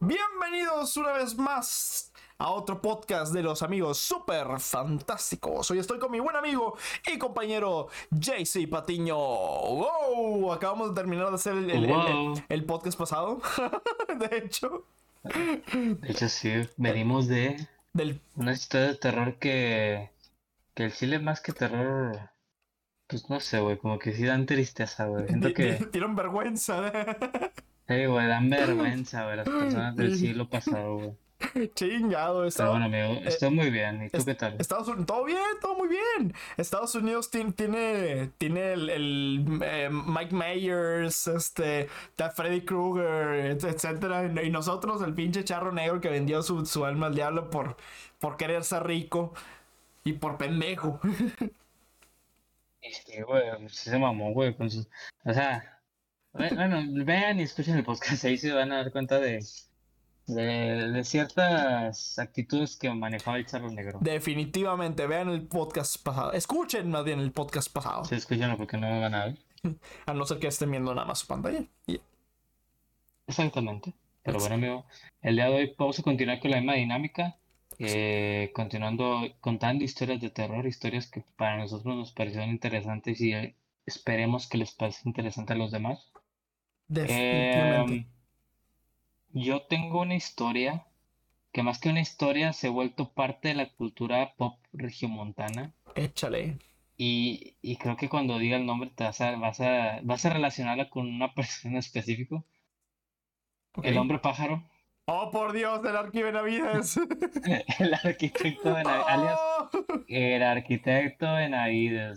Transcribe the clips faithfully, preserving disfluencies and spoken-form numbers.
Bienvenidos una vez más a otro podcast de los amigos super fantásticos. Hoy estoy con mi buen amigo y compañero J C Patiño. ¡Wow! Acabamos de terminar de hacer el, el, el, Wow. el podcast pasado. De hecho, De hecho, sí, venimos de del, una historia de terror que, que el chile más que terror, pues no sé, güey, como que sí dan tristeza, güey. Siento di- di- que, dieron vergüenza. sí, güey, dan vergüenza, güey, las personas del Y siglo pasado, güey. chingado, Pero estaba. bueno, amigo, eh, estoy muy bien. ¿Y tú Es- qué tal? Estados Unidos, todo bien, todo muy bien. Estados Unidos tiene, tiene, tiene el, el, eh, Mike Myers, este, está Freddy Krueger, et- etcétera. Y nosotros, el pinche charro negro que vendió su, su alma al diablo por, por querer ser rico y por pendejo. Y sí, güey, sí se mamó, güey, con sus... O sea, ve- bueno, vean y escuchen el podcast, ahí se van a dar cuenta de, de, de ciertas actitudes que manejaba el charro negro. Definitivamente, vean el podcast pasado. Escuchen más bien el podcast Sí, pasado. escúchenlo porque no me van a ver. A no ser que estén viendo nada más su pantalla. Y- Exactamente. Pero ex- bueno, amigo, el día de hoy vamos a continuar con la misma dinámica, eh, continuando contando historias de terror, historias que para nosotros nos parecieron interesantes y eh, esperemos que les parezca interesante a los demás. definitivamente. Em, yo tengo una historia que más que una historia se ha vuelto parte de la cultura pop regiomontana Échale. y, y creo que cuando diga el nombre te vas a, vas a, vas a relacionarla con una persona específica. Ok. El hombre pájaro. Oh, por Dios, del Arqui Benavides. El arquitecto de Navidad, alias Oh. el arquitecto de Navidad.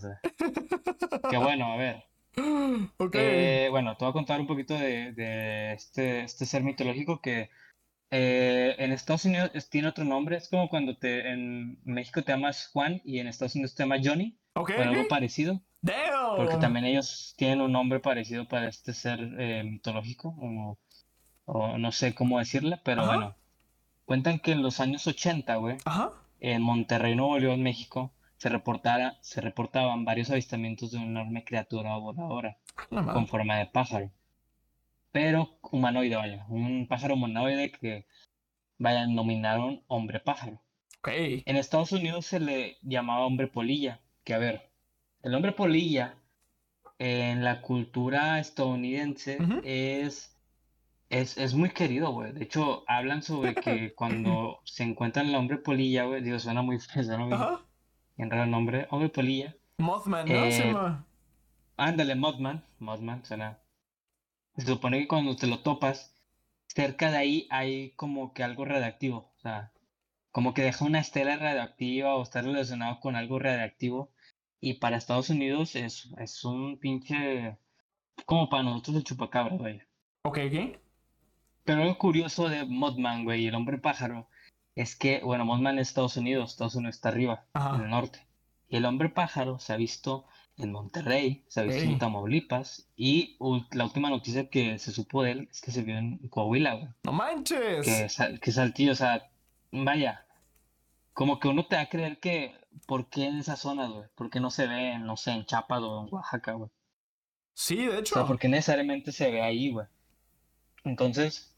Que bueno, a ver. Ok. eh, bueno, te voy a contar un poquito de, de este, este ser mitológico que eh, en Estados Unidos es- tiene otro nombre. Es como cuando te, en México te llamas Juan y en Estados Unidos te llamas Johnny Ok, o algo ok. parecido. Porque Damn. también ellos tienen un nombre parecido para este ser eh, mitológico o, o no sé cómo decirle, pero Ajá. bueno. Cuentan que en los años ochenta, güey, Ajá. en Monterrey, Nuevo León, México, se reportara, se reportaban varios avistamientos de una enorme criatura voladora La con madre. forma de pájaro, pero humanoide, vaya, un pájaro humanoide que, vaya, nominaron hombre pájaro. Ok. En Estados Unidos se le llamaba hombre polilla, que a ver, el hombre polilla en la cultura estadounidense Ujú. es Es, es muy querido, güey. De hecho, hablan sobre que cuando se encuentra el hombre polilla, güey, digo, suena muy feo, suena bien, Ajá. bien raro el nombre, hombre polilla. Mothman, ¿no? Se Eh, llama. ándale, Mothman, Mothman, suena. Se supone que cuando te lo topas, cerca de ahí hay como que algo radioactivo, o sea, como que deja una estela radioactiva o está relacionado con algo radioactivo. Y para Estados Unidos es, es un pinche, como para nosotros el chupacabra, güey. Ok, ok. Pero lo curioso de Mothman, güey, y el hombre pájaro, es que, bueno, Mothman es Estados Unidos, Estados Unidos está arriba, en el Ajá. norte. Y el hombre pájaro se ha visto en Monterrey, se ha visto en Ok. Tamaulipas, y ul- la última noticia que se supo de él es que se vio en Coahuila, güey. No manches. Que, Sal- que Saltillo, o sea, vaya, como que uno te va a creer que, ¿por qué en esa zona, güey? ¿Por qué no se ve, no sé, en Chiapas o en Oaxaca, güey? O Sí, de sea, ¿por hecho. qué necesariamente se ve ahí, güey? Entonces...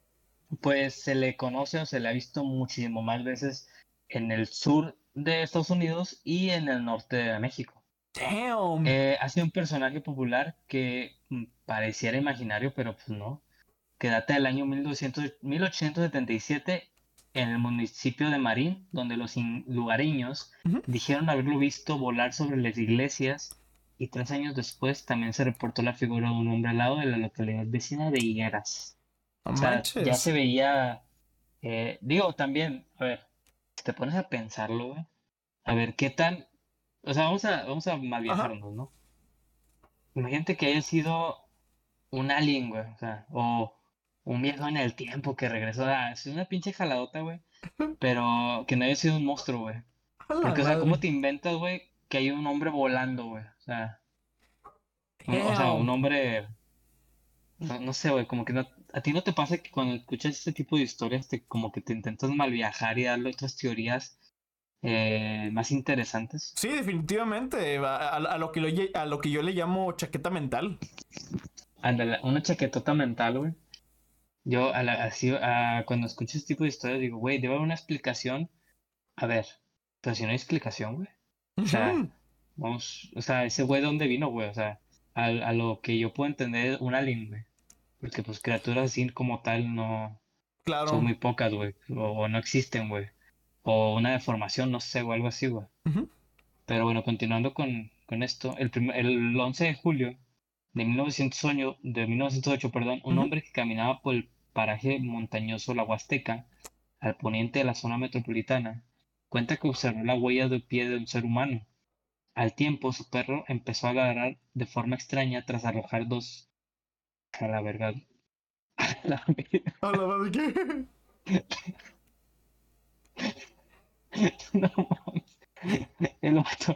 Pues se le conoce o se le ha visto muchísimo más veces en el sur de Estados Unidos y en el norte de México. Damn. Eh, ha sido un personaje popular que mm, pareciera imaginario, pero pues no, que data del año mil doscientos mil ochocientos setenta y siete en el municipio de Marín, donde los in- lugareños Ujú. dijeron haberlo visto volar sobre las iglesias y tres años después también se reportó la figura de un hombre al lado de la localidad vecina de Higueras. No O sea, ya se manches. veía, eh, digo también, a ver, si te pones a pensarlo, güey, a ver qué tan, o sea, vamos a, vamos a mal Ajá. viajarnos, ¿no? Imagínate que haya sido un alien, güey, o sea, o un viejo en el tiempo que regresó a, es una pinche jaladota, güey, pero que no haya sido un monstruo, güey. A la Porque, o sea, ¿cómo madre. te inventas, güey, que hay un hombre volando, güey? O sea, un- o sea, un Damn. hombre, no, no sé, güey, como que no, a ti no te pasa que cuando escuchas este tipo de historias, te, como que te intentas mal viajar y darle otras teorías eh, más interesantes. Sí, definitivamente. A, a- a lo que lo lle- a lo que yo le llamo chaqueta mental. Ándale, una chaquetota mental, güey. yo a la- así, a- cuando escucho este tipo de historias digo, güey, debe haber una explicación. A ver, pero si no hay explicación, güey. O sea, Ujú. vamos, o sea, ese güey de dónde vino, güey. O sea, a, a lo que yo puedo entender, un alien, güey. Porque pues criaturas así como tal no son Claro. muy pocas, güey. O, o no existen, güey. O una deformación, no sé, o algo así, güey. Ujú, Pero bueno, continuando con, con esto, el, prim- el once de julio de mil novecientos ocho, de mil novecientos ocho, perdón, un ujú. hombre que caminaba por el paraje montañoso La Huasteca, al poniente de la zona metropolitana, cuenta que observó la huella de pie de un ser humano. Al tiempo, su perro empezó a ladrar de forma extraña tras arrojar dos... A la verga. La verga. A la madre que. No mames. Él lo mató.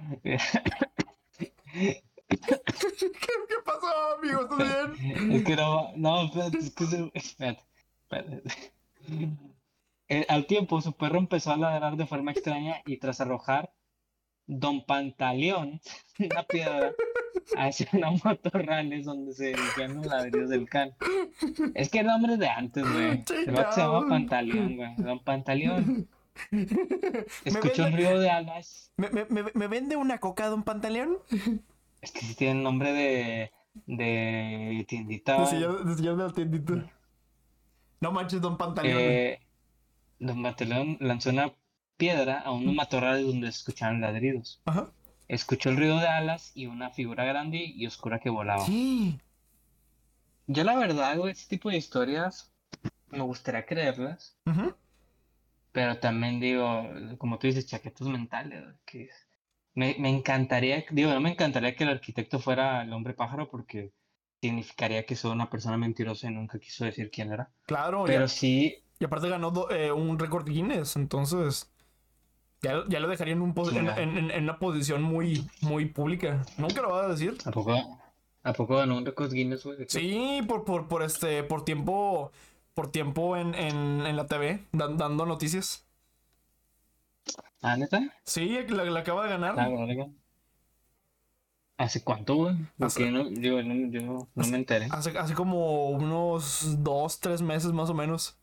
¿Qué, qué pasó, amigo? ¿Estás Es bien? que no, no, espérate, es que se- espérate, espérate. Eh, al tiempo, su perro empezó a ladrar de forma extraña y tras arrojar Don Pantaleón, una piedra, hacia una matorrales donde se dirigían los ladridos del can. Es que el nombre es de antes, güey. El vato se llama Chingado. Pantaleón, güey. Don Pantaleón. ¿Me Escuchó un vende, ruido de alas. me, me, me, me vende una coca, don Pantaleón? Es que sí tiene nombre de, de tiendita. Decía, decía de la tiendita. No manches, don Pantaleón. Eh, Don Pantaleón lanzó una piedra a unos matorrales donde se escuchaban ladridos. Ajá. Escuchó el ruido de alas y una figura grande y oscura que volaba. Sí. Yo la verdad, güey, este tipo de historias me gustaría creerlas, Ujú. pero también digo, como tú dices, chaquetas mentales, güey, que me, me encantaría, digo, no me encantaría que el arquitecto fuera el hombre pájaro porque significaría que soy una persona mentirosa y nunca quiso decir quién era. Claro, Pero ya. sí, Y aparte ganó do- eh, un récord Guinness, entonces ya, ya lo dejaría en, un pos- en, chinga, en- en- en una posición muy, muy pública. Nunca lo va a decir. ¿a poco, a poco ganó un récord Guinness, güey? ¿De qué? Sí, por, por, por este, por tiempo, por tiempo en, en, en la T V, dan- dando noticias. ¿Ah, neta? Sí, la, la acaba de ganar. Ah, bueno, ¿hace cuánto, güey? Hace, Porque no, yo, no, yo no me enteré. hace, hace como unos dos, tres meses más o menos.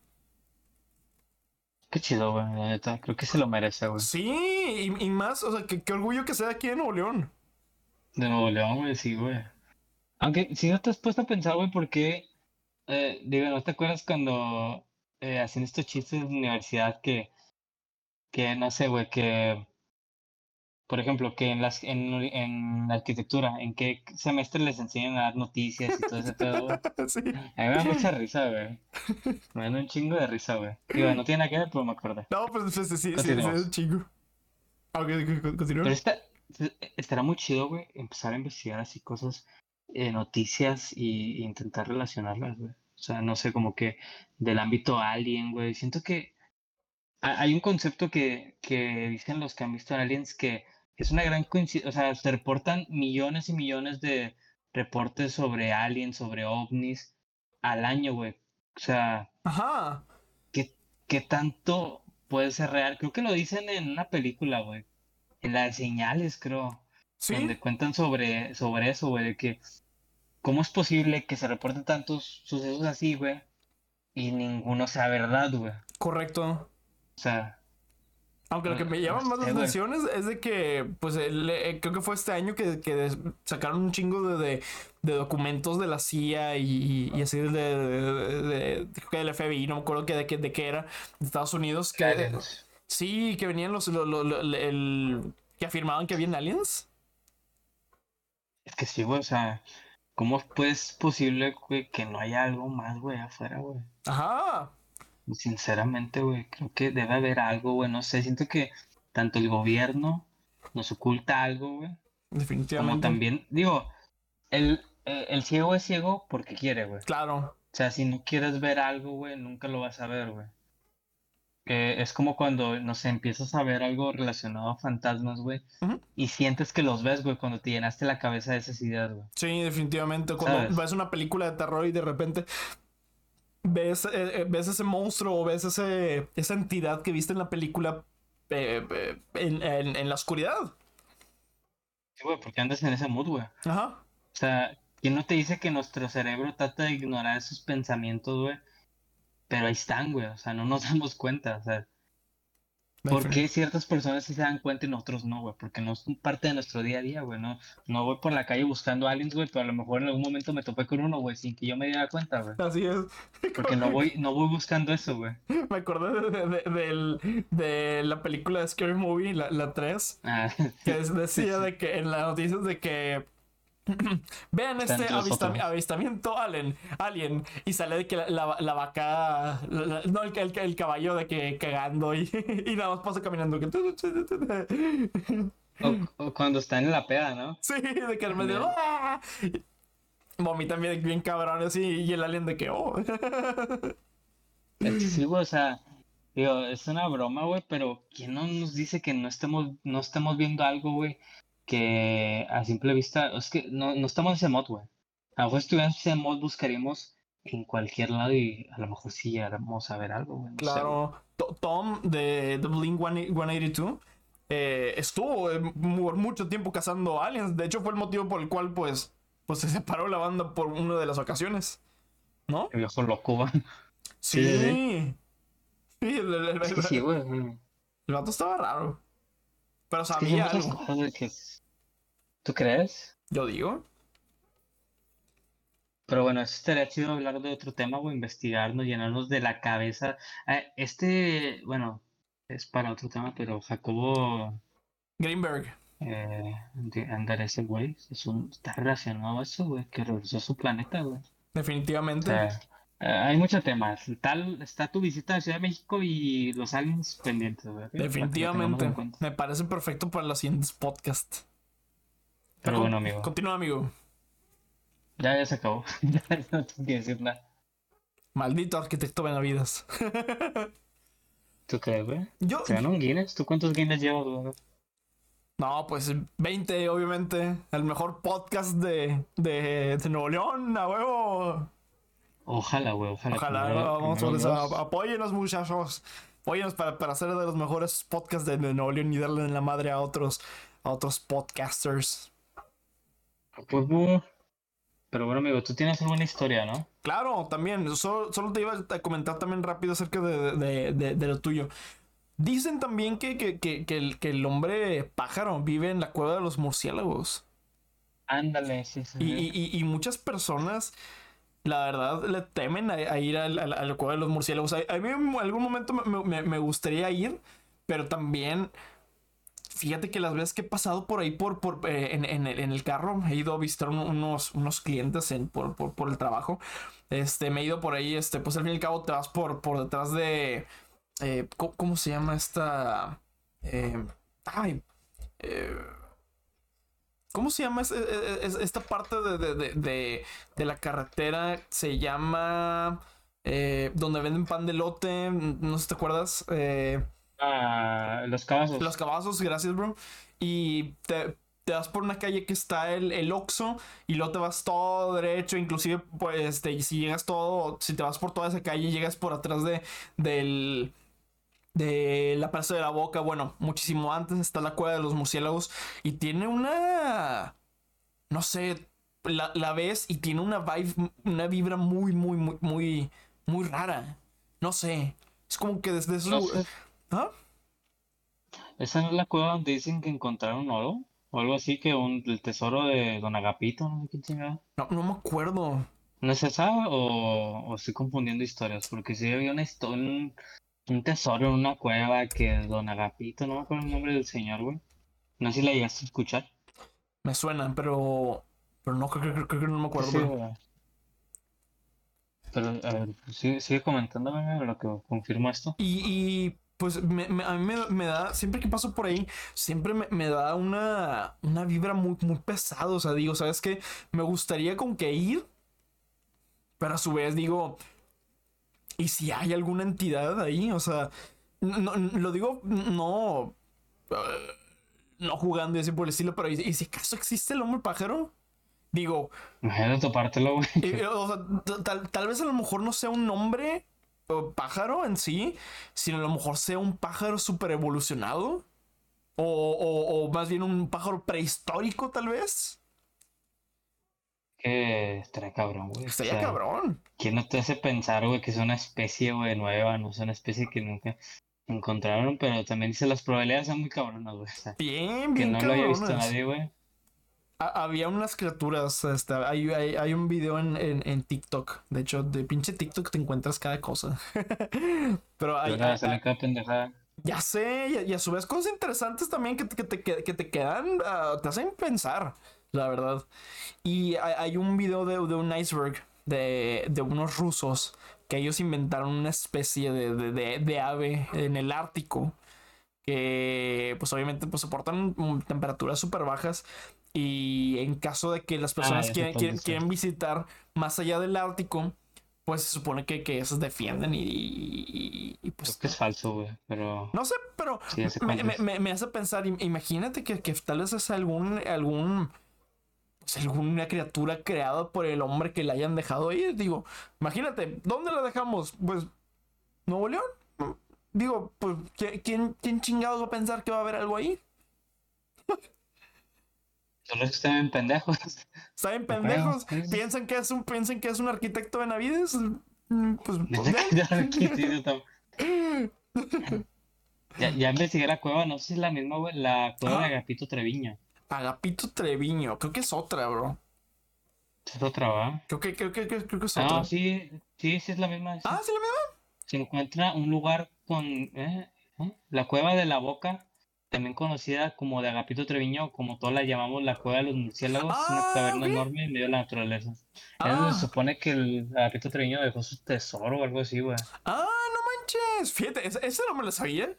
Qué chido, güey, la neta. Creo que se lo merece, güey. Sí, y, y más, o sea, qué, qué orgullo que sea aquí en Nuevo León. De Nuevo León, güey, sí, güey. Aunque si no te has puesto a pensar, güey, por qué, eh, digo, ¿no te acuerdas cuando eh, hacían estos chistes de universidad que, que no sé, güey, que, por ejemplo, que en las, en, uni- en la arquitectura, en qué semestre les enseñan a dar noticias y todo ese pedo, güey? Sí. A mí me da mucha risa, güey. Me da un chingo de risa, güey. Digo, no tiene nada que ver, pero me acordé. No, pues sí, sí, sí, sí, sí, es un Continuamos. chingo. Aunque Pero continúen. esta, estará muy chido, güey, empezar a investigar así cosas, eh, noticias y, y intentar relacionarlas, güey. O sea, no sé, como que del ámbito alien, güey. Siento que ha- hay un concepto que, que dicen los que han visto aliens que es una gran coincidencia. O sea, se reportan millones y millones de reportes sobre aliens, sobre ovnis al año, güey. O sea, Ajá. ¿qué, qué tanto puede ser real? Creo que lo dicen en una película, güey. En la de señales, creo, Sí, donde cuentan sobre, sobre eso, güey, de que cómo es posible que se reporten tantos sucesos así, güey, y ninguno sea verdad, güey. O correcto. sea, Aunque lo que no, me no llama más la sé, güey. atención es, es de que, pues, el, eh, creo que fue este año que, que des- sacaron un chingo de, de, de documentos de la C I A y, y así de, de, de- de- creo que del F B I, no me acuerdo que, de, qué de qué era, de Estados Unidos, que Aliens. sí, que venían los, lo- lo- lo- el, que afirmaban que habían aliens. Es que sí, güey, o sea, ¿cómo pues, es posible, güey, que no haya algo más, güey, afuera, güey? Ajá, Sinceramente, güey, creo que debe haber algo, güey, no sé, siento que tanto el gobierno nos oculta algo, güey, como definitivamente. también, digo, El, eh, el ciego es ciego porque quiere, güey. O Claro. sea, si no quieres ver algo, güey, nunca lo vas a ver, güey. Eh, es como cuando, no sé, empiezas a ver algo relacionado a fantasmas, güey, Ujú. y sientes que los ves, güey, cuando te llenaste la cabeza de esas ideas, güey. Sí, definitivamente. Cuando ¿Sabes? ves una película de terror y de repente ves, eh, eh, ves ese monstruo o ves ese, esa entidad que viste en la película eh, eh, en, en, en la oscuridad. Sí, güey, porque andas en ese mood, güey. O Ajá. sea, ¿quién no te dice que nuestro cerebro trata de ignorar esos pensamientos, güey? pero ahí están, güey, o sea, no nos damos cuenta, o sea, ¿por Definit- qué ciertas personas sí se dan cuenta y nosotros no, güey? Porque no son parte de nuestro día a día, güey, no, no voy por la calle buscando aliens, güey, pero a lo mejor en algún momento me topé con uno, güey, sin que yo me diera cuenta, güey, Así es. porque no voy, no voy buscando eso, güey. Me acordé de, de- del- de la película de Scary Movie, la, la tres, Ah, que es- sí, decía sí, de que en las noticias de que vean está este entre avistami- nosotros. avistamiento alien, alien, y sale de que la, la- la vaca, la- la- no, el, el- el caballo de que cagando y, y nada más pasa caminando. Que O, o cuando están en la peda, ¿no? sí, de que en medio, También. ¡ah! Vomitan bien, bien cabrón así, y el alien de que, oh. Es que sí, güey, o sea, digo, es una broma, güey, pero ¿quién no nos dice que no estemos, no estemos viendo algo, güey, que a simple vista, es que no, no estamos en ese mod, güey. A lo mejor si estuviéramos en ese mod buscaríamos en cualquier lado y a lo mejor sí llegáramos a ver algo, güey, no sé, güey. Claro, To- Tom de, de Blink ciento ochenta y dos eh, estuvo eh, mu- mucho tiempo cazando aliens. De hecho, fue el motivo por el cual, pues, pues se separó la banda por una de las ocasiones, ¿no? El viejo loco, güey. Sí, sí, sí. Sí, sí, el, el- el- Es que sí, el- güey. mm, el vato estaba raro, pero Es que son sabía muchas algo. cosas de que... ¿Tú crees? Yo digo, Pero bueno, eso estaría chido hablar de otro tema, o investigarnos, llenarnos de la cabeza. Ah, este, bueno, es para otro tema, pero Jacobo Greenberg, eh, de andar ese güey, es un, está relacionado a eso, güey, que regresó a su planeta, güey. O definitivamente, sea, eh, hay muchos temas. Tal, está tu visita a Ciudad de México y los aliens pendientes, güey, ¿ok? Para que lo tengamos en definitivamente. cuenta. Me parece perfecto para los siguientes podcasts. Pero Pero con- bueno, amigo, continúa, amigo. ya, ya se acabó. Ya no tengo que decir nada. Maldito arquitecto Benavides. ¿Tú crees, güey? Yo, ¿Se ganó un Guinness? ¿Tú cuántos Guinness llevas, güey? no, pues veinte, obviamente. El mejor podcast de, de, de Nuevo León, a huevo. Ojalá, güey, ojalá. Ojalá, Primero, vamos primero por eso. Dios. Apóyenos, muchachos. Apóyenos para, para hacer de los mejores podcasts de, de Nuevo León y darle en la madre a otros, a otros podcasters. Pues, bu- pero bueno, amigo, tú tienes alguna historia, ¿no? Claro, también. Solo, solo te iba a comentar también rápido acerca de, de, de, de lo tuyo. Dicen también que, que, que, que el, que el hombre pájaro vive en la cueva de los murciélagos. Ándale, sí, sí, Y, sí. y, y, y muchas personas, la verdad, le temen a, a ir al, al, a la cueva de los murciélagos. A, a mí en algún momento me, me, me gustaría ir, pero también, fíjate que las veces que he pasado por ahí por, por, eh, en, en, el, en el carro, he ido a visitar un- unos, unos clientes en, por, por, por el trabajo. Este, me he ido por ahí, este, pues al fin y al cabo te vas por, por detrás de... eh, ¿cómo, cómo se llama esta? Eh, ay, eh, ¿cómo se llama es- es- es- esta parte de, de, de, de- de la carretera? Se llama... eh, donde venden pan de lote, no sé si te acuerdas. Eh, Ah, los los cabazos. Cavazos, gracias, bro. Y te, te vas por una calle que está el, el Oxxo y luego te vas todo derecho. Inclusive, pues, este, si llegas todo, si te vas por toda esa calle, llegas por atrás de, del, de la Plaza de la Boca. Bueno, muchísimo antes está la Cueva de los Murciélagos y tiene una... No sé, la, la ves y tiene una vibe, una vibra muy, muy, muy, muy, muy rara. No sé. Es como que desde esos No lugares... sé, ¿Ah? ¿esa no es la cueva donde dicen que encontraron oro? O algo así, que un, el tesoro de Don Agapito, no sé quién chingado. No, no me acuerdo. ¿No es esa? O, o estoy confundiendo historias, porque sí había una histo- un, un tesoro en una cueva que Don Agapito, no me acuerdo el nombre del señor, güey. No sé si la llegaste a escuchar. Me suena, pero. Pero no, creo, creo- creo que no me Que acuerdo, sí, bro. güey. Pero, a ver, sigue, sigue comentándome lo que confirma esto. Y, y, pues me- me- a mí me, me da. Siempre que paso por ahí, siempre me, me da una. Una vibra muy, muy pesada. O sea, digo, ¿sabes qué? Me gustaría con que ir. Pero a su vez digo. ¿Y si hay alguna entidad ahí? O sea. No, no- lo digo, no. eh, no jugando y así por el estilo, pero ¿y, y si acaso existe el hombre pájaro? Digo, Imagínate topártelo, güey. Eh, o sea, t- tal, tal vez a lo mejor no sea un nombre o pájaro en sí, sino a lo mejor sea un pájaro super evolucionado. O, o- o más bien un pájaro prehistórico, tal vez. Que estará cabrón, güey. O Estaría sea, cabrón. ¿quién no te hace pensar, güey, que es una especie, güey, nueva, no es una especie que nunca encontraron? Pero también dice las probabilidades son muy cabronas, güey. O sea, Bien, que bien no lo haya visto cabronas. nadie, güey. Ha- Había unas criaturas, este, hay, hay, hay un video en, en, en TikTok. De hecho, de pinche TikTok te encuentras cada cosa. Pero Y hay, hay- ahora hay- sale cada pendejada. ya sé, y, a y a su vez cosas interesantes también que, te- que, te, que, que te quedan, ah, te hacen pensar, la verdad. Y hay, hay un video de, de un iceberg de, de unos rusos que ellos inventaron una especie de, de, de, de ave en el Ártico que pues obviamente pues soportan mm, temperaturas súper bajas y en caso de que las Ah, personas ya sé quieren, cuál quieren, dices. quieren visitar más allá del Ártico, pues se supone que, que esos defienden y, y, y, Creo pues que es falso, güey, pero no sé, pero sí, ya sé me, cuál me, es. me, me hace pensar, imagínate que, que tal vez es algún, algún, pues, alguna criatura creada por el hombre que le hayan dejado ir. Digo, imagínate, ¿dónde la dejamos? Pues, ¿Nuevo León? Digo, pues, ¿quién, quién chingados va a pensar que va a haber algo ahí? Solo es que están bien pendejos. ¿Saben Yo creo. pendejos? ¿Piensan que es un, piensan que es un arquitecto de Navides? Mm, Pues, pues Desde que ya ven. aquí sí, yo tam- Ya, ya investigué la cueva, no sé si es la misma, güey, la cueva de Ajá. Agapito Treviño. Agapito Treviño. Creo que es otra, bro. ¿Es otra, va? Creo que, creo que, creo, creo que es Ah, otra. sí, sí, sí es la misma Ah, esa. sí, la misma. Se encuentra un lugar con ¿eh? ¿Eh? La Cueva de la Boca, también conocida como de Agapito Treviño, o como todos la llamamos la Cueva de los Murciélagos, es una Ah, caverna ok. enorme en medio de la naturaleza. Es donde se Ah, supone que el Agapito Treviño dejó su tesoro o algo así, güey. ah, no manches. Fíjate, esa, esa no me la sabía.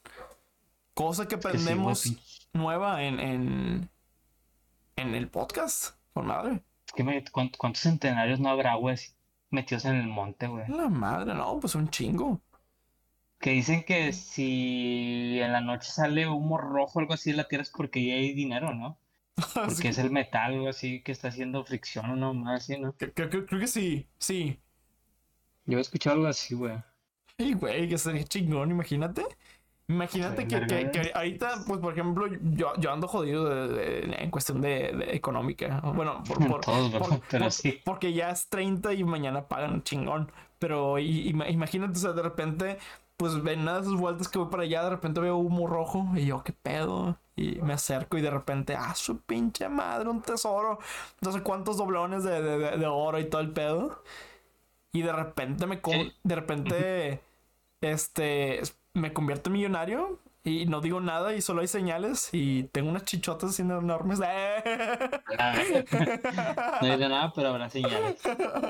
Cosa que Es que sí, güey, aprendemos pinche. nueva en, en, en el podcast. Con madre. Es que me- ¿cuántos, cuántos centenarios no habrá, güey, así metidos en el monte, güey? La madre, no, pues un chingo. Que dicen que si en la noche sale humo rojo o algo así en la Tierra es porque ya hay dinero, ¿no? Así Porque es que, el metal o así que está haciendo fricción o no más así, ¿no? que- que- que- creo que sí, sí. Yo he escuchado algo así, güey. Ay, güey, que sería chingón, imagínate. Imagínate Estaría que, verga, que, güey. que ahorita, pues por ejemplo, yo, yo ando jodido de- de- en cuestión de, de económica. Bueno, por, por, Todos, por, ¿verdad? Pero por- sí. porque ya es treinta y mañana pagan chingón. Pero i- ima- imagínate, o sea, de repente, pues en una de esas vueltas que voy para allá, de repente veo humo rojo y yo, ¿qué pedo? Y me acerco y de repente, ah, su pinche madre, un tesoro. No sé cuántos doblones de, de, de- de oro y todo el pedo. Y de repente me, co- Sí. de repente, este, me convierto en millonario y no digo nada y solo hay señales y tengo unas chichotas así enormes. Ah, no diré nada, pero habrá señales.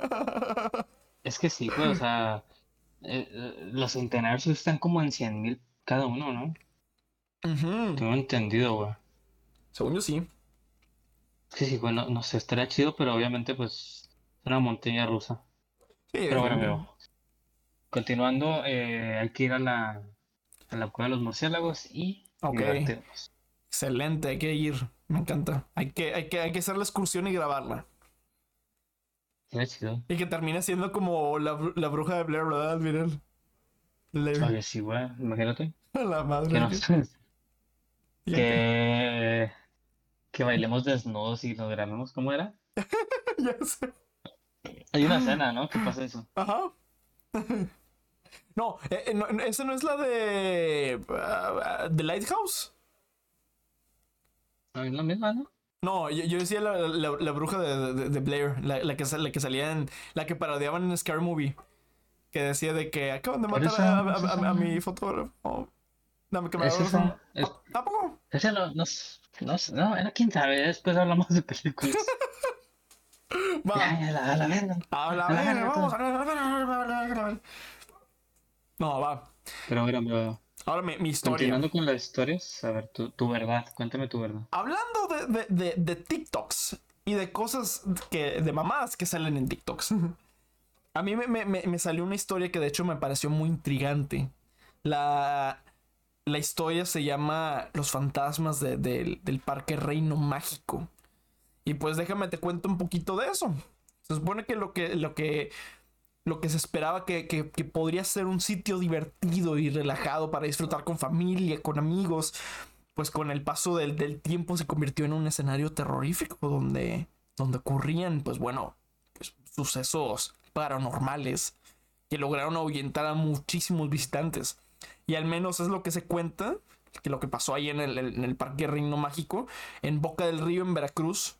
Es que sí, güey, o sea, eh, eh, los centenarios están como en cien mil cada uno, ¿no? Ujú. Tengo entendido, güey. Según yo sí. Sí, sí, bueno, no sé, estaría chido, pero obviamente, pues, es una montaña rusa. Sí, Pero bueno, definitivo. amigo, continuando, eh, hay que ir a la, a la cueva de los murciélagos y Ok. divertirnos. Excelente, hay que ir. Me encanta. Hay que, hay que, hay que hacer la excursión y grabarla. Estaría chido. Y que termine siendo como la, bru- la bruja de Blair, ¿verdad? Miren. Le- Oye, sí, güey, imagínate. la Que madre. nos, Que, ya que. que, que bailemos desnudos y nos grabemos, ¿cómo era? Ya sé. Hay una escena, ¿no? ¿Qué pasa eso? Ajá. No, eh, eh, no, no, esa no es la de. ah, The Lighthouse. Ah, es la misma, ¿no? No, yo, yo decía la, la- la bruja de, de- de Blair, la, la que, sa- la que salía en. La que parodiaban en Scary Movie. Que decía de que acaban de Por matar eso, a, a- es esa. a- a mi fotógrafo. Oh, dame que me Es abrazan. esa. Es, ¿A poco? ese no, no, s- no, s- no, era quién sabe. Después hablamos de películas. Ya, Va. ya, la, la verga. A la A la verga, verga vamos. todo. A No, va. Pero mira, amigo, Ahora mi, mi historia. continuando con las historias, a ver, tu, tu verdad, cuéntame tu verdad. Hablando de, de, de, de TikToks y de cosas que. De mamás que salen en TikToks. A mí me, me, me, me salió una historia que de hecho me pareció muy intrigante. La, la historia se llama Los fantasmas de- del del Parque Reino Mágico. Y pues déjame te cuento un poquito de eso. Se supone que lo que, lo que, lo que se esperaba que, que, que podría ser un sitio divertido y relajado para disfrutar con familia, con amigos, pues con el paso del, del tiempo se convirtió en un escenario terrorífico donde donde ocurrían, pues bueno, pues, sucesos paranormales que lograron ahuyentar a muchísimos visitantes. Y al menos es lo que se cuenta, que lo que pasó ahí en el, en el Parque Reino Mágico, en Boca del Río, en Veracruz.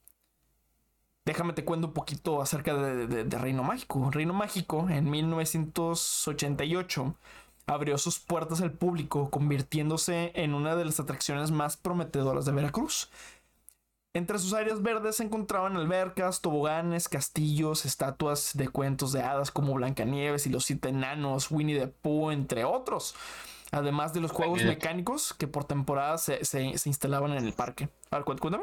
Déjame te cuento un poquito acerca de, de, de Reino Mágico. Reino Mágico, en mil novecientos ochenta y ocho, abrió sus puertas al público, convirtiéndose en una de las atracciones más prometedoras de Veracruz. Entre sus áreas verdes se encontraban albercas, toboganes, castillos, estatuas de cuentos de hadas como Blancanieves y los siete enanos, Winnie the Pooh, entre otros. Además de los juegos mecánicos que por temporada se, se, se instalaban en el parque. A ver, cuéntame.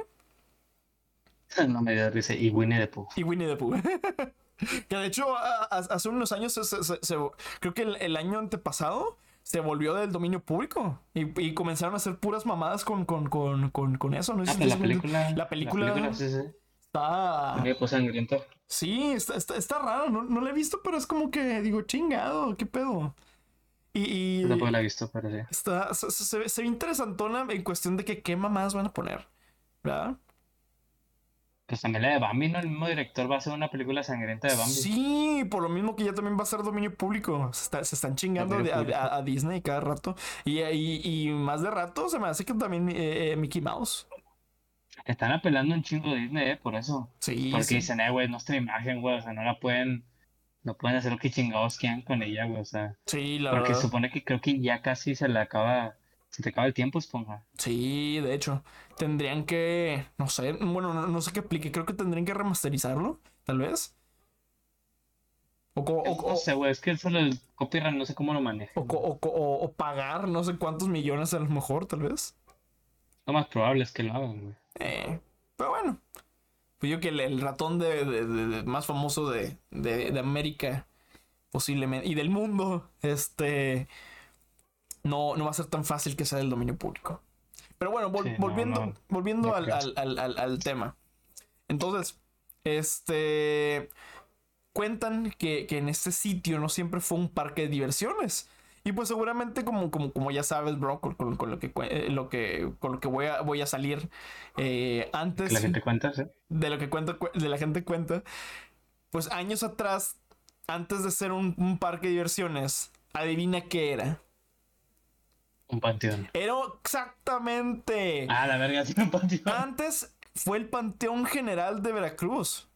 No me dio risa. Y Winnie the Pooh. Y Winnie the Pooh. Que de hecho, a, a, hace unos años, se, se, se, se, creo que el, el año antepasado, se volvió del dominio público. Y, y comenzaron a hacer puras mamadas con, con, con, con, con eso. ¿No? Ah, Si pues la película. La película. La película sí, sí. Está. Un poco sangriento. Sí, está, está, está raro. No, no la he visto, pero es como que digo, chingado, qué pedo. Y. y Yo tampoco la he visto, pero sí. Está, se, se, se ve interesantona en cuestión de que qué mamadas van a poner. ¿Verdad? Pues también la de Bambi, ¿no? El mismo director va a hacer una película sangrienta de Bambi. Sí, por lo mismo que ya también va a ser dominio público. Se, está, se están chingando de, a, a, a Disney cada rato. Y, y, y más de rato se me hace que también eh, Mickey Mouse. Están apelando un chingo de Disney, ¿eh? Por eso. Sí, Porque sí. dicen, eh, güey, nuestra imagen, güey, o sea, no la pueden, no pueden hacer lo que chingados quieran con ella, güey, o sea. Sí, la porque verdad. se supone que creo que ya casi se le acaba, se te acaba el tiempo, Esponja. Sí, de hecho, tendrían que, no sé, bueno, no, no sé qué aplique, creo que tendrían que remasterizarlo, tal vez. O, co- o, No o, sé, güey, es que eso el copyright no sé cómo lo maneja. o, co- o, co- o- o pagar no sé cuántos millones a lo mejor, tal vez. Lo más probable es que lo hagan, güey. Eh, pero bueno, pues yo que el, el ratón de, de- de- de- más famoso de, de, de América, posiblemente, y del mundo, este, no, no va a ser tan fácil que sea del dominio público. Pero bueno, vol- Sí, no, volviendo, no, volviendo no al, creo. al, al, al, al tema. Entonces, este, cuentan que, que en este sitio no siempre fue un parque de diversiones. Y pues seguramente como, como, como ya sabes, bro, con, con- con lo que, cue- eh, lo que, con lo que voy a, voy a salir eh, antes Que la gente cuenta, ¿sí? de lo que cuenta, cu- de la gente cuenta, pues años atrás, antes de ser un, un parque de diversiones, adivina qué era. Un panteón. Era exactamente. Ah, la verga, sí, un panteón. Antes fue el Panteón General de Veracruz.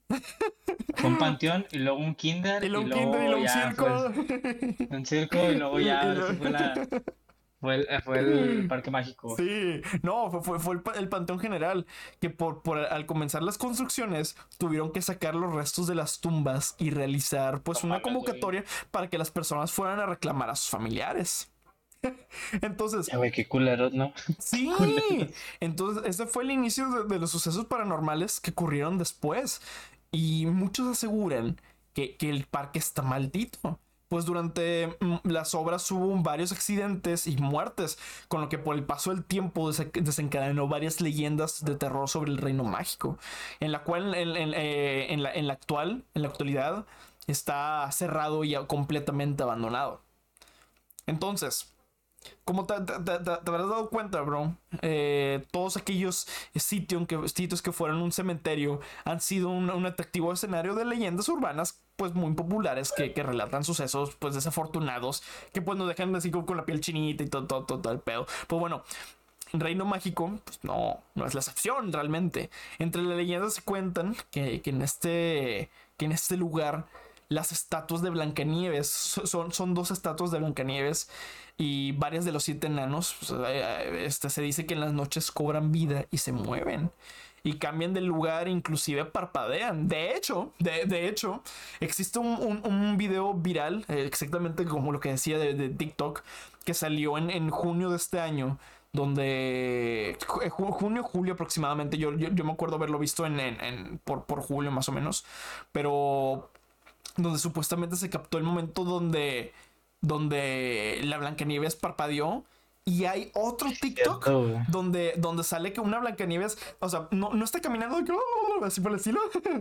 Fue un panteón y luego un kinder Y y, luego un luego kinder y luego un ya circo. fue un circo y luego ya Y- y ahora sí luego- fue la fue el, fue el parque mágico. Sí, no, fue, fue, fue el, pa- el Panteón General, que por, por al comenzar las construcciones tuvieron que sacar los restos de las tumbas y realizar pues No una mames, convocatoria para que las personas fueran a reclamar a sus familiares. Entonces, Ya, güey, qué culeros, ¿no? sí, Culeros. entonces ese fue el inicio de, de los sucesos paranormales que ocurrieron después. Y muchos aseguran que, que el parque está maldito. Pues durante mm, las obras hubo varios accidentes y muertes, con lo que por el paso del tiempo des- desencadenó varias leyendas de terror sobre el reino mágico, en la cual en, en, eh, en la, en la actual, en la actualidad, está cerrado y completamente abandonado. Entonces, como te, te- te- te habrás dado cuenta, bro, eh, todos aquellos sitios que, sitios que fueron un cementerio han sido un, un atractivo escenario de leyendas urbanas, pues muy populares que, que relatan sucesos, pues desafortunados, que pues nos dejan así como con la piel chinita y todo, todo, todo, todo el pedo. Pues bueno, Reino Mágico, pues no, no es la excepción realmente. Entre las leyendas se cuentan que, que en este, que en este lugar las estatuas de Blancanieves son, son dos estatuas de Blancanieves y varias de los siete enanos. Pues, eh, este, se dice que en las noches cobran vida y se mueven y cambian de lugar, inclusive parpadean. De hecho, de, de hecho, existe un, un, un video viral, eh, exactamente como lo que decía de, de TikTok, que salió en, en junio de este año, donde ju- junio, julio aproximadamente, yo, yo, yo me acuerdo haberlo visto en, en, en- por, por julio más o menos, pero donde supuestamente se captó el momento donde, donde la Blancanieves parpadeó. Y hay otro TikTok Cierto, güey. donde, donde sale que una Blancanieves, o sea, no, no está caminando de que, "Oh", así por el estilo.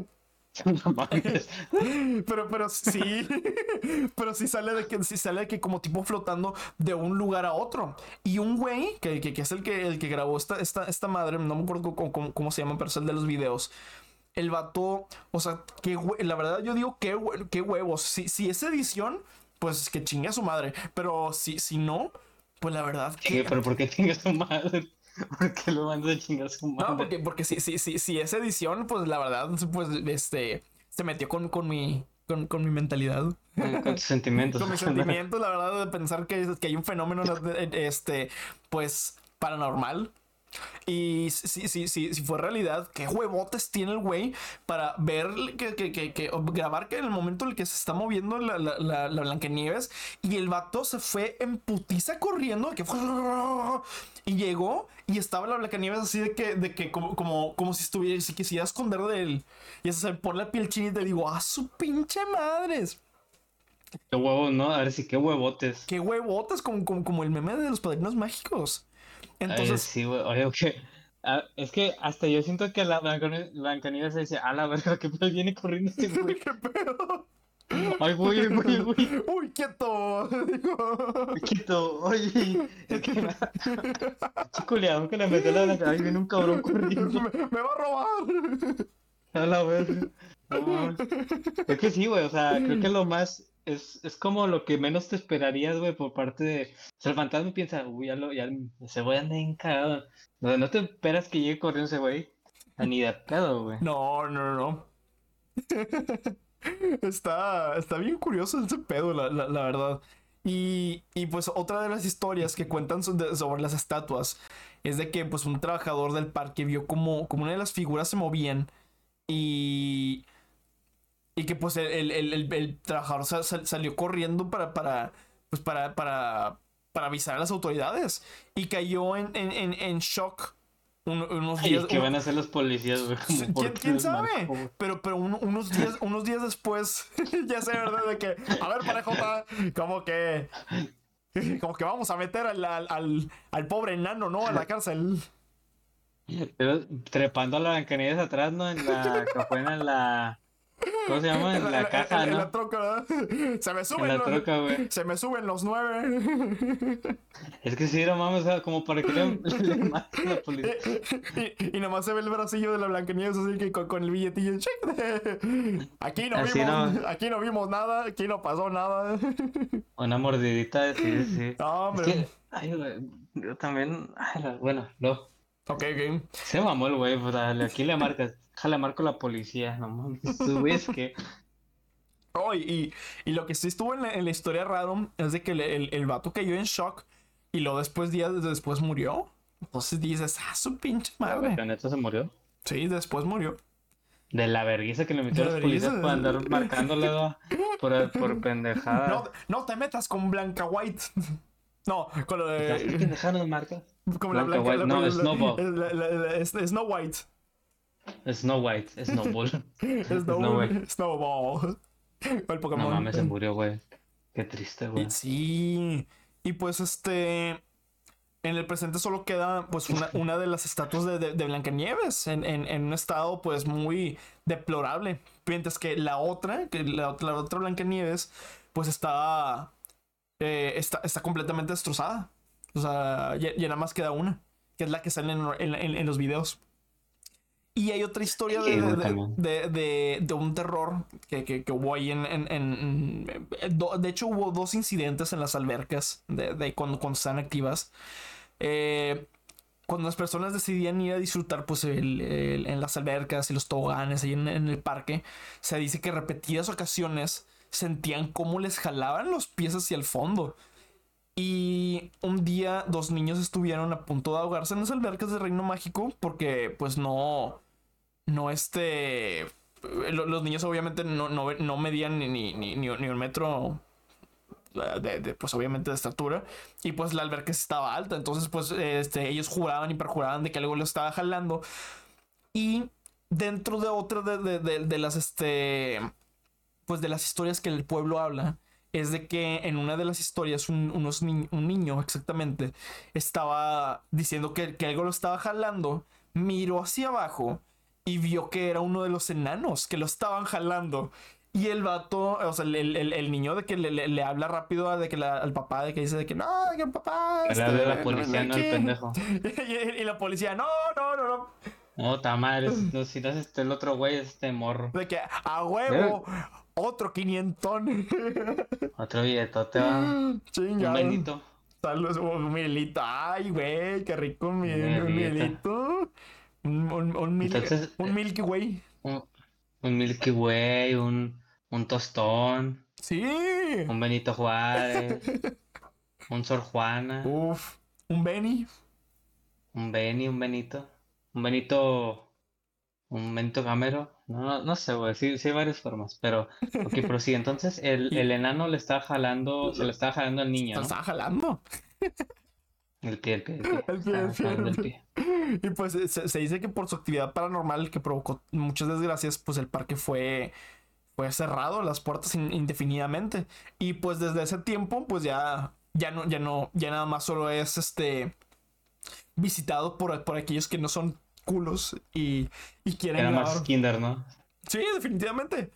No mames. Pero, pero sí, pero sí sale de que, sí sale de que como tipo flotando de un lugar a otro. Y un güey, que, que, que es el que, el que grabó esta, esta, esta madre, no me acuerdo cómo, cómo, cómo se llama, pero es el de los videos. el vato, o sea, que la verdad yo digo, qué, qué huevos. Si, si es edición, pues que chingue a su madre. Pero si, si no, pues la verdad Sí, que... pero ¿por qué chinga su madre? ¿Por qué lo mandas a chingar a su No, madre? porque, porque si, si, si, si es edición, pues la verdad, pues este, se metió con, con mi, con, con mi mentalidad. Eh, Con tus sentimientos. Con mis sentimientos, la verdad, de pensar que, que hay un fenómeno, este, pues, paranormal. Y si, si, si, si fue realidad, qué huevotes tiene el güey para ver que, que, que, que grabar que en el momento en el que se está moviendo la, la, la, la Blancanieves y el vato se fue en putiza corriendo que fue, y llegó y estaba la Blancanieves así de que, de que como, como, como si estuviera, si quisiera esconder de él. Y eso se me pone la piel chinita y digo, ¡ah, su pinche madres! Qué huevos, ¿no? A ver si qué huevotes. Qué huevotes, como, como, como el meme de los padrinos mágicos. Ay, Entonces, sí, güey. Oye, que... ah, es que hasta yo siento que la Blancanie- Blancanieves se dice, a la verga, que pues viene corriendo este güey. ¿qué pedo? Ay, güey, ay, güey, ay, güey. Uy, quieto. Digo. Quito, oye. Es que me... Chico león que le metió la Blancanieves. Ahí viene un cabrón corriendo. me, me va a robar. A la verga. No mames. Es que sí, güey, o sea, creo que lo más es, es como lo que menos te esperarías, güey, por parte de. O sea, el fantasma piensa, uy, ya lo, ya ese güey anda bien cagado. O sea, no te esperas que llegue corriendo ese güey. a Ni de pedo, güey. No, no, no, no. Está, está bien curioso ese pedo, la, la, la verdad. Y, y pues otra de las historias que cuentan so- de- sobre las estatuas es de que pues un trabajador del parque vio como, como una de las figuras se movían y, y que pues el, el, el, el- el trabajador sal- sal- salió corriendo para, para, pues para, para, para avisar a las autoridades y cayó en, en, en, en shock un- unos Ay, días. ¿qué un- van a hacer los policías, güey? Como, ¿Quién, ¿por qué quién les sabe? marcó, güey? Pero, pero un- unos días, unos días después, ya sé, ¿verdad? De que, a ver, parejota, como que, como que vamos a meter al, al, al, al pobre enano, ¿no? A la cárcel. Pero trepando a la Blancanieves atrás, ¿no? En la cajuela, en la. ¿Cómo se llama? En En la, en la la- en- caja, en la ¿no? troca, ¿verdad? Se me En suben la los, troca, güey. se me suben los nueve. Es que sí, no mames, o sea, como para que le, le maten a la policía. Y, y nomás se ve el bracillo de la Blancanieves así que con, con el billetillo. Aquí no Así no, vimos, aquí no vimos nada, aquí no pasó nada. una mordidita, sí, sí. No, Es hombre. que, ay, güey, yo también, ay, la- bueno, no. Ok, ok. Se mamó el güey, pues dale, aquí le marcas, déjale marco a la policía, no mames, estos güeyes que, Oh, y, y, y lo que sí estuvo en la, en la historia raro es de que el, el, el vato cayó en shock y luego después, días después murió. Entonces dices, ah, su pinche madre. la neta se murió. Sí, después murió. De la vergüenza que le metió a los Deberías. policías por andar marcándole ¿no? por, por No, pendejadas. no te metas con Blanca White. No, con lo ¿Estás de. pendejando de marcas? Como la Blanca Blanca. White, la- no, la- Snowball. la- la- la- es- Snow White. Snow White, Snowball. Snow, Snow White. Snowball. El No Pokémon. mames, se murió, güey. Qué triste, Y, güey. sí. Y pues este. En el presente solo queda pues una, una de las estatuas de, de, de Blancanieves en, en, en un estado pues muy deplorable. Mientras que la otra, que la, otra- la otra Blancanieves, pues está, eh, está, está completamente destrozada. O sea, ya, ya nada más queda una, que es la que sale en, en, en- en los videos. Y hay otra historia de, Sí, de, güey, de, también. de- de- de un terror que, que, que hubo ahí en... en- en- en- do- de hecho, hubo dos incidentes en las albercas de, de cuando, cuando están activas. Eh, cuando las personas decidían ir a disfrutar pues el- el- en las albercas y los toboganes ahí en, en el parque, se dice que repetidas ocasiones sentían cómo les jalaban los pies hacia el fondo. Y un día dos niños estuvieron a punto de ahogarse en las albercas de Reino Mágico porque pues no, no este... lo- Los niños obviamente no, no, no medían ni, ni, ni, ni un metro de, de, pues obviamente de estatura y pues la alberca estaba alta, entonces pues este, ellos juraban y perjuraban de que algo lo estaba jalando. Y dentro de otra de, de, de, de las este pues de las historias que el pueblo habla es de que en una de las historias un, unos ni un niño exactamente estaba diciendo que, que algo lo estaba jalando, miró hacia abajo y vio que era uno de los enanos que lo estaban jalando. Y el vato, o sea, el, el, el niño de que le, le, le habla rápido de que la, al papá, de que dice de que no, que papá, Le este, habla a la no, policía, no, no el ¿qué? pendejo. Y, y la policía, no, no, no, no. No, ta madre, si no, si no es este el otro güey, es este morro. De que a Debe- huevo, otro quinientón. Otro billetote va. Un Chingado. bendito. Saludos, un Miguelito. Ay, güey, qué rico un, Un mi- un Miguelito. Miguelito. Un, un, un, mil- Entonces, un eh, Milky Way. un, un Milky Way, un, un tostón, Sí. un Benito Juárez, un Sor Juana, Uf, un Benny. un Beni, un Benito, un Benito, un Benito Gamero. No, no, no sé, güey, sí, sí hay varias formas, pero, ok, pero sí, entonces el, Y el enano le está jalando, se le lo, está jalando al niño, lo ¿no? estaba jalando. El pie, el pie, el pie, El pie, el está pie, jalando el el pie. pie. Y pues se, se dice que por su actividad paranormal que provocó muchas desgracias, pues el parque fue, fue cerrado, las puertas in- indefinidamente. Y pues desde ese tiempo, pues ya, ya no, ya no, ya nada más solo es este visitado por, por aquellos que no son culos y, y quieren Era Max grabar. Kinder, ¿no? Sí, definitivamente.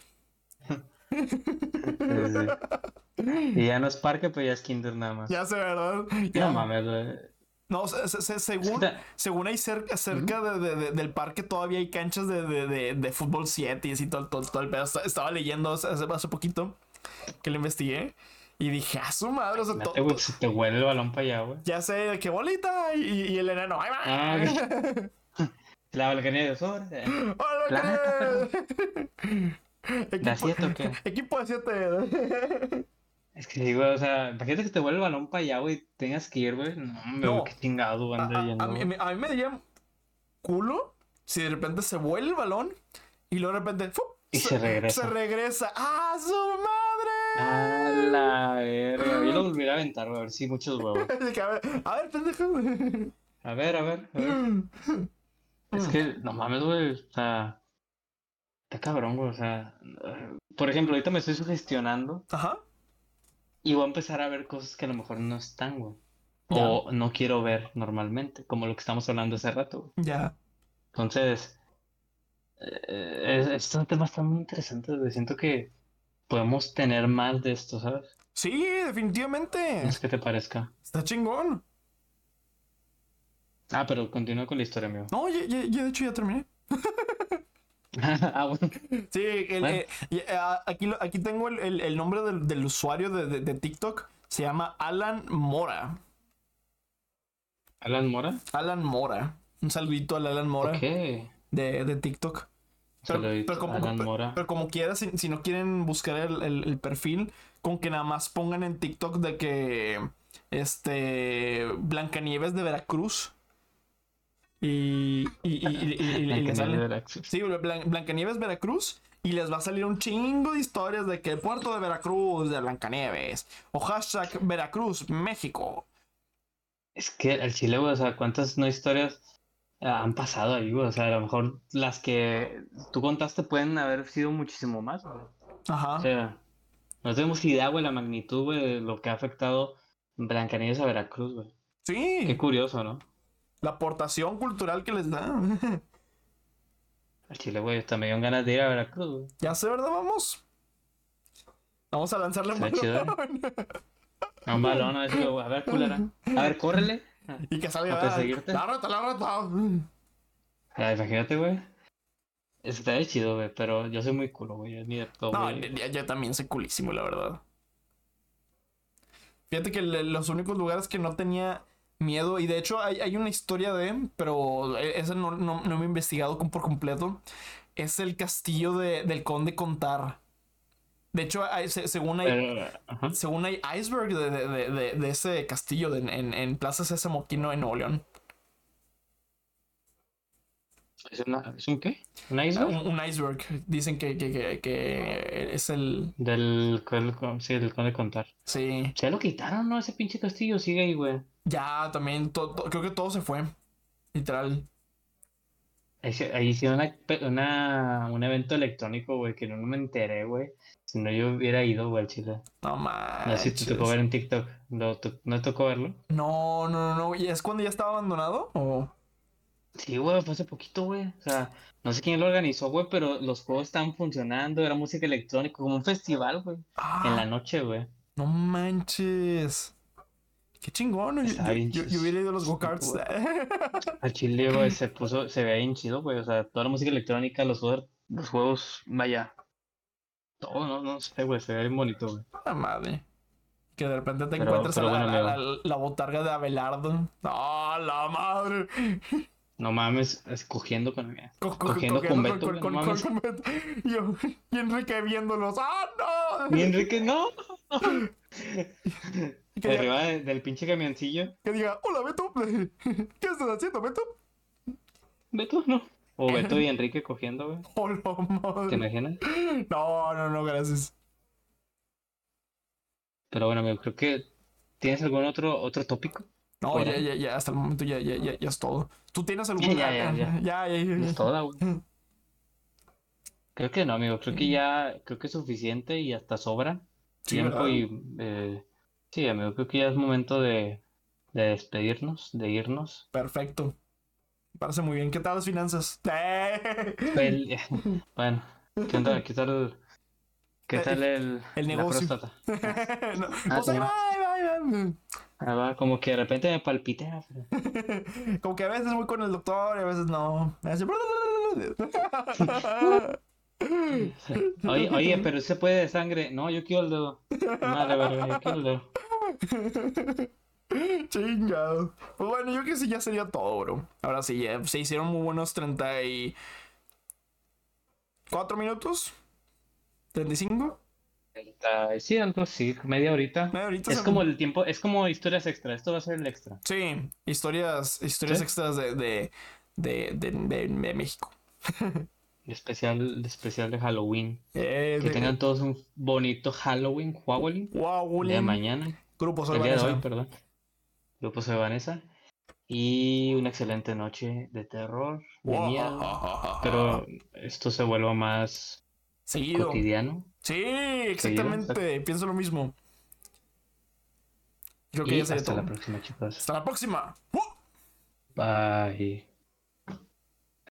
Sí, sí. Y ya no es parque, pues ya es Kinder nada más. Ya sé, ¿verdad? No Ya. mames, güey. No, se- se- se- Es que según, ta- según hay cerca, Ujú. cerca de, de- de- del parque todavía hay canchas de, de, de, de fútbol siete y así todo, todo, todo el pedo. Esta- Estaba leyendo hace, hace poquito que lo investigué y dije, a su madre, o sea, to- Imagínate, güey, to- si te huele el balón para allá, güey. ya sé de qué bolita y, y el enano, ¡ahí Ah, va! la balcanía de sobre. eh. ¡Hola, La neta, perro. qué! ¿De a Equipo, siete o qué? equipo de siete. Es que digo, o sea, imagínate que te vuelve el balón para allá, güey, tengas que ir, güey. No, hombre, güey, No, qué chingado a, anda a- a yendo, mí, güey. a mí me daría culo si de repente se vuela el balón y luego de repente ¡fu! Y se, se se regresa. regresa. ¡Ah, su A madre! la verga. Yo lo volvería a aventar, güey, a ver si muchos huevos. De que, A ver, a ver, pendejo. A ver, a ver, a ver. Es que, no mames, güey, o sea, está cabrón, güey, o sea. eh, Por ejemplo, ahorita me estoy sugestionando Ajá, y voy a empezar a ver cosas que a lo mejor no están, güey. ya, O no quiero ver normalmente, como lo que estamos hablando hace rato, güey. ya. Entonces, eh, es- estos temas están muy interesantes, güey. Siento que podemos tener más de esto, ¿sabes? Sí, No definitivamente. sé qué te parezca. Está chingón. Ah, pero continúa con la historia, amigo. No, ya, ya, ya, de hecho ya terminé. Ah, bueno. Sí, el, Bueno, eh, y, eh, aquí, lo- aquí tengo el, el- el nombre del, del usuario de, de- de TikTok. Se llama Alan Mora. Alan Mora. Alan Mora. Un saludito al Alan Mora Ok. Un de, de TikTok. Pero, pero saludito. como, Alan pero, Mora. pero como quieras, si, si no quieren buscar el, el- el perfil, con que nada más pongan en TikTok de que este Blancanieves de Veracruz y, y, y, y, y- y- y le Blancanieves de sale. Veracruz. Sí, Blan- Blancanieves Veracruz y les va a salir un chingo de historias de que el puerto de Veracruz de Blancanieves o hashtag Veracruz, México. Es que el Chile, güey, o sea, ¿cuántas no historias ah, han pasado ahí, güey? O sea, a lo mejor las que tú contaste pueden haber sido muchísimo más, güey. O Ajá. sea, no tenemos idea, güey, la magnitud, güey, de lo que ha afectado Blancanieves a Veracruz, güey. Qué Sí, curioso, ¿no? la aportación cultural que les da. Al Chile, güey, hasta me dieron ganas de ir a Veracruz, güey. Ya sé, ¿verdad? Vamos. Vamos a lanzarle un Está chido, ¿eh? balón. A un balón, a ver si lo... A ver, culera. A ver, córrele. Ah, Y que salga. a perseguirte. La rata, la rata. Ah, imagínate, güey. Eso estaría chido, güey, pero yo soy muy culo, güey. Yo ni de pedo, No, güey. yo, yo también soy culísimo, la verdad. Fíjate que le- los únicos lugares que no tenía miedo, y de hecho hay, hay una historia de, pero e- esa no, no, no me he investigado con- por completo, es el castillo de, del Conde Contar. De hecho, hay- se- según hay, Pero, ajá. según hay iceberg de, de- de- de- de ese castillo de- en, en Plaza Sésamo aquí no, en Nuevo León. ¿Es, una, ¿Es un qué? ¿Un Ah, iceberg? Un, un iceberg. Dicen que, que, que, que es el... Del, del, sí, del Conde Contar. Sí. Ya lo quitaron, ¿no? Ese pinche castillo sigue ahí, güey. Ya, también, to- to- creo que todo se fue. Literal. Ahí, se- ahí hicieron una, pe- una, un evento electrónico, güey, que no me enteré, güey. Si no, yo hubiera ido, güey, al Chile. No No sé si te tocó manches. ver en TikTok. ¿No, te- no te tocó verlo? No, no, no, no. ¿Y es cuando ya estaba abandonado? ¿O? Sí, güey, fue hace poquito, güey. O sea, no sé quién lo organizó, güey, pero los juegos estaban funcionando, era música electrónica, como un festival, güey. En la Ah, noche, güey. no manches. Qué Qué chingón, ¿no? Yo, Estaba yo, bien yo, chido. yo hubiera ido a los Sí, go-karts. güey. Al chile, güey, se puso, se veía bien chido, güey. O sea, toda la música electrónica, los juegos, los juegos, vaya, todo, no, no sé, güey, se ve bien bonito, güey. La madre. Que de repente te Pero, encuentres a pero la, bueno, la, la, amigo, la botarga de Abelardo. ¡Ah, la madre! no mames, escogiendo con, Co- co- co- cogiendo con cogiendo con, Beto, con, güey, no con, con, mames. con Beto. Y, yo- y Enrique viéndolos. ¡Ah, Y no! Enrique, no. Y que diga, Arriba de- del pinche camioncillo, que diga, hola, Beto. ¿Qué estás haciendo, Beto? Beto, no. O Beto y Enrique cogiendo, güey. ¡Hola, ¿Te madre! imaginas? No, no, no, gracias. Pero bueno, amigo, creo que ¿tienes algún otro, otro tópico No, por ya, ahí? ya, ya, hasta el momento ya, ya, ya, ya es todo. ¿Tú tienes Ya, algún...? ya, ah, ya, ah, ya. Ya, ya, ya, Es ya. toda, güey. Creo que no, amigo. Creo que Sí, ya, creo que es suficiente y hasta sobra sí, tiempo ¿verdad? y eh, sí, amigo. Creo que ya es momento de, de despedirnos, de irnos. Perfecto. Me parece muy bien. ¿Qué tal las finanzas? ¡Eh! El- bueno, ¿qué onda? ¿Qué tal, qué tal el, El la negocio. próstata? Ah, No, ah, pues ahí va, como, ahí va, ahí ah, va, como que de repente me palpitea. pero- va. Como que a veces voy con el doctor y a veces no. Me hace- Oye, oye, pero se puede de sangre. No, yo quiero el dedo. Madre verga, yo quiero el dedo. Chingado. Pues bueno, yo creo que sí ya sería todo, bro. Ahora sí, ya se hicieron muy buenos treinta y cuatro minutos. ¿treinta y cinco? Ah, sí, algo así, media horita. Eh, ahorita Es se... como el tiempo, es como historias extra. Esto va a ser el extra. Sí, historias, historias ¿Sí? extras de, de, de, de, de- de México. Especial, especial de Halloween. Eh, Que de, tengan todos un bonito Halloween, Halloween, wow, el día de William. mañana, Grupo Soy el día de hoy, Vanessa. perdón. Grupo de Vanessa. Y una excelente noche de terror, de miedo. Wow. Pero esto se vuelva más Seguido. cotidiano, Sí, seguido. Exacto. exactamente. Pienso lo mismo. Creo que ya Y sería hasta todo. la próxima, chicos. Hasta la próxima. ¡Uh! Bye.